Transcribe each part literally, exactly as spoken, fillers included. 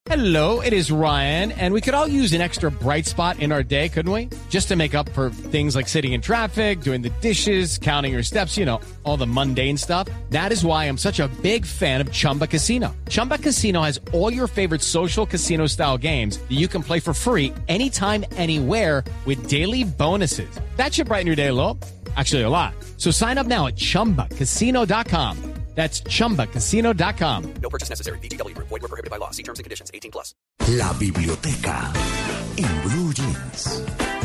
Hello, it is Ryan, and we could all use an extra bright spot in our day, couldn't we? Just to make up for things like sitting in traffic, doing the dishes, counting your steps, you know, all the mundane stuff. That is why I'm such a big fan of Chumba Casino. Chumba Casino has all your favorite social casino-style games that you can play for free anytime, anywhere with daily bonuses. That should brighten your day a little. Actually, a lot. So sign up now at chumba casino dot com. That's chumba casino dot com. No purchase necessary. V G W Group. Void where prohibited by law. See terms and conditions. eighteen plus. La biblioteca en Blue Jeans.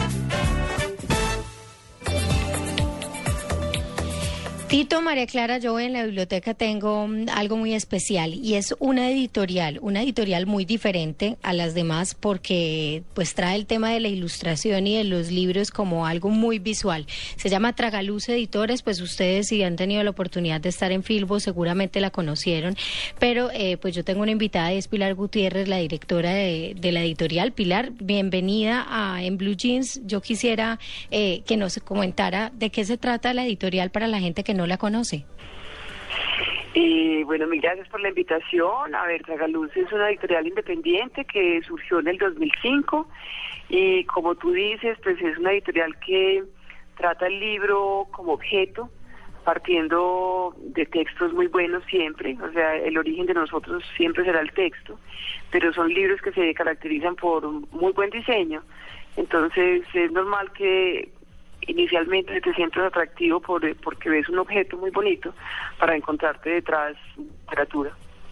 Tito, María Clara, yo en la biblioteca tengo algo muy especial y es una editorial, una editorial muy diferente a las demás porque pues trae el tema de la ilustración y de los libros como algo muy visual. Se llama Tragaluz Editores, pues ustedes si han tenido la oportunidad de estar en Filbo seguramente la conocieron, pero eh, pues yo tengo una invitada y es Pilar Gutiérrez, la directora de, de la editorial. Pilar, bienvenida a En Blue Jeans. Yo quisiera eh, que nos comentara de qué se trata la editorial para la gente que no la conoce. Eh, bueno, mil gracias por la invitación. A ver, Tragaluz es una editorial independiente que surgió en el dos mil cinco y como tú dices, pues es una editorial que trata el libro como objeto, partiendo de textos muy buenos siempre, o sea, el origen de nosotros siempre será el texto, pero son libros que se caracterizan por un muy buen diseño, entonces es normal que inicialmente te sientes atractivo por, porque ves un objeto muy bonito para encontrarte detrás literatura.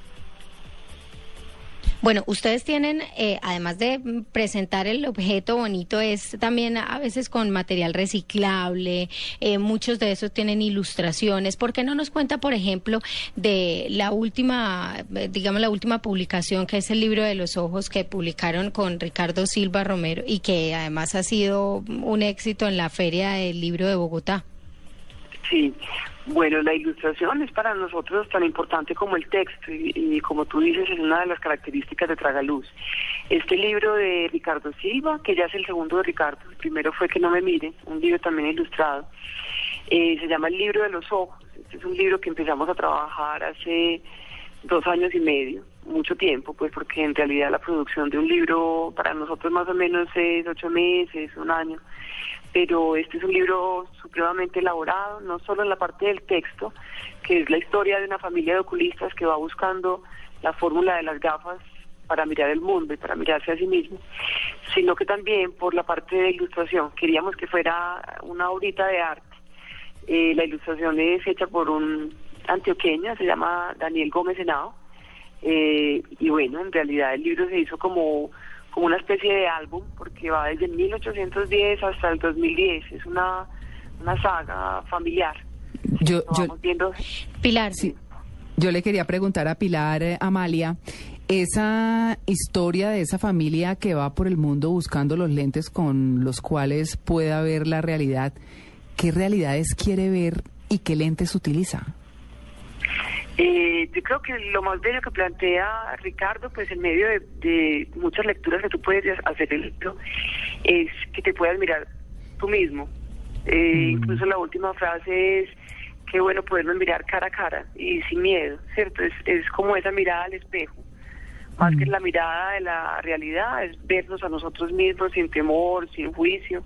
Bueno, ustedes tienen, eh, además de presentar el objeto bonito, es también a veces con material reciclable, eh, muchos de esos tienen ilustraciones. ¿Por qué no nos cuenta, por ejemplo, de la última, digamos, la última publicación, que es el libro de los ojos que publicaron con Ricardo Silva Romero y que además ha sido un éxito en la Feria del Libro de Bogotá? Sí, bueno, la ilustración es para nosotros tan importante como el texto y, y como tú dices es una de las características de Tragaluz. Este libro de Ricardo Silva, que ya es el segundo de Ricardo, el primero fue Que no me miren, un libro también ilustrado, eh, se llama El libro de los ojos. Este es un libro que empezamos a trabajar hace dos años y medio, mucho tiempo, pues porque en realidad la producción de un libro para nosotros más o menos es ocho meses, un año. Pero este es un libro supremamente elaborado, no solo en la parte del texto, que es la historia de una familia de oculistas que va buscando la fórmula de las gafas para mirar el mundo y para mirarse a sí mismo, sino que también por la parte de ilustración. Queríamos que fuera una obrita de arte. Eh, la ilustración es hecha por un antioqueño, se llama Daniel Gómez Henao, eh, y bueno, en realidad el libro se hizo como... como una especie de álbum, porque va desde mil ochocientos diez hasta el dos mil diez, es una, una saga familiar. Yo, yo, viendo... Pilar, sí, yo le quería preguntar a Pilar, eh, Amalia, esa historia de esa familia que va por el mundo buscando los lentes con los cuales pueda ver la realidad, ¿qué realidades quiere ver y qué lentes utiliza? Eh, yo creo que lo más bello que plantea Ricardo, pues en medio de, de muchas lecturas que tú puedes hacer el libro, es que te puedas mirar tú mismo. Eh, mm. Incluso la última frase es que bueno podernos mirar cara a cara y sin miedo, ¿cierto? Es, es como esa mirada al espejo. Más mm. que la mirada de la realidad, es vernos a nosotros mismos sin temor, sin juicio.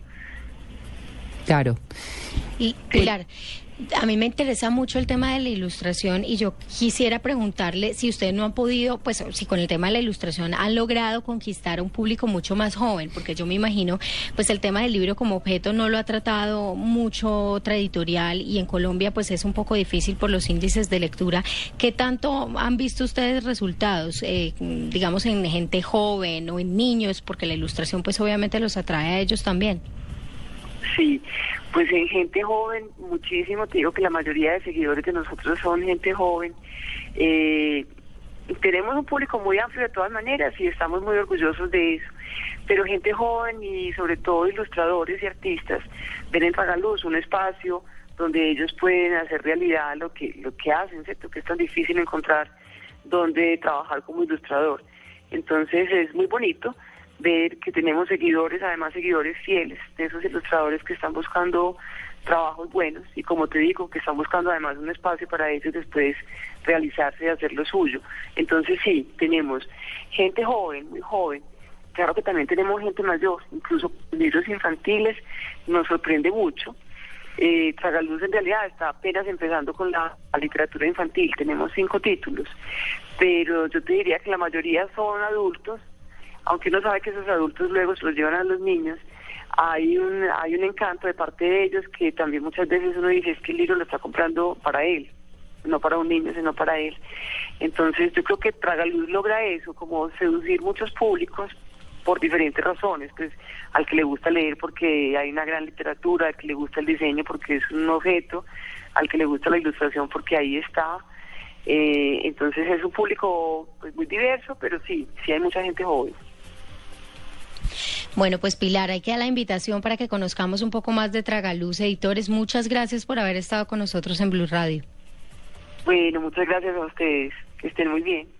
Claro. Y Pilar, a mí me interesa mucho el tema de la ilustración y yo quisiera preguntarle si ustedes no han podido, pues si con el tema de la ilustración han logrado conquistar a un público mucho más joven, porque yo me imagino, pues el tema del libro como objeto no lo ha tratado mucho otra editorial y en Colombia pues es un poco difícil por los índices de lectura. ¿Qué tanto han visto ustedes resultados, eh, digamos en gente joven o en niños, porque la ilustración pues obviamente los atrae a ellos también? Sí, pues en gente joven muchísimo, te digo que la mayoría de seguidores de nosotros son gente joven. Eh, tenemos un público muy amplio de todas maneras y estamos muy orgullosos de eso, pero gente joven y sobre todo ilustradores y artistas ven en Tragaluz un espacio donde ellos pueden hacer realidad lo que lo que hacen, ¿cierto? Que es tan difícil encontrar donde trabajar como ilustrador. Entonces es muy bonito. ver que tenemos seguidores, además seguidores fieles, de esos ilustradores que están buscando trabajos buenos y, como te digo, que están buscando además un espacio para ellos después realizarse y hacer lo suyo. Entonces sí, tenemos gente joven, muy joven. Claro que también tenemos gente mayor, incluso libros infantiles, nos sorprende mucho. Eh, Tragaluz en realidad está apenas empezando con la, la literatura infantil, tenemos cinco títulos, pero yo te diría que la mayoría son adultos, aunque uno sabe que esos adultos luego se los llevan a los niños. Hay un hay un encanto de parte de ellos que también muchas veces uno dice es que el libro lo está comprando para él, no para un niño, sino para él. Entonces yo creo que Tragaluz logra eso, como seducir muchos públicos por diferentes razones, pues al que le gusta leer porque hay una gran literatura, al que le gusta el diseño porque es un objeto, al que le gusta la ilustración porque ahí está. Eh, entonces es un público pues muy diverso, pero sí, sí hay mucha gente joven. Bueno, pues Pilar, hay que dar la invitación para que conozcamos un poco más de Tragaluz Editores. Muchas gracias por haber estado con nosotros en Blue Radio. Bueno, muchas gracias a ustedes. Que estén muy bien.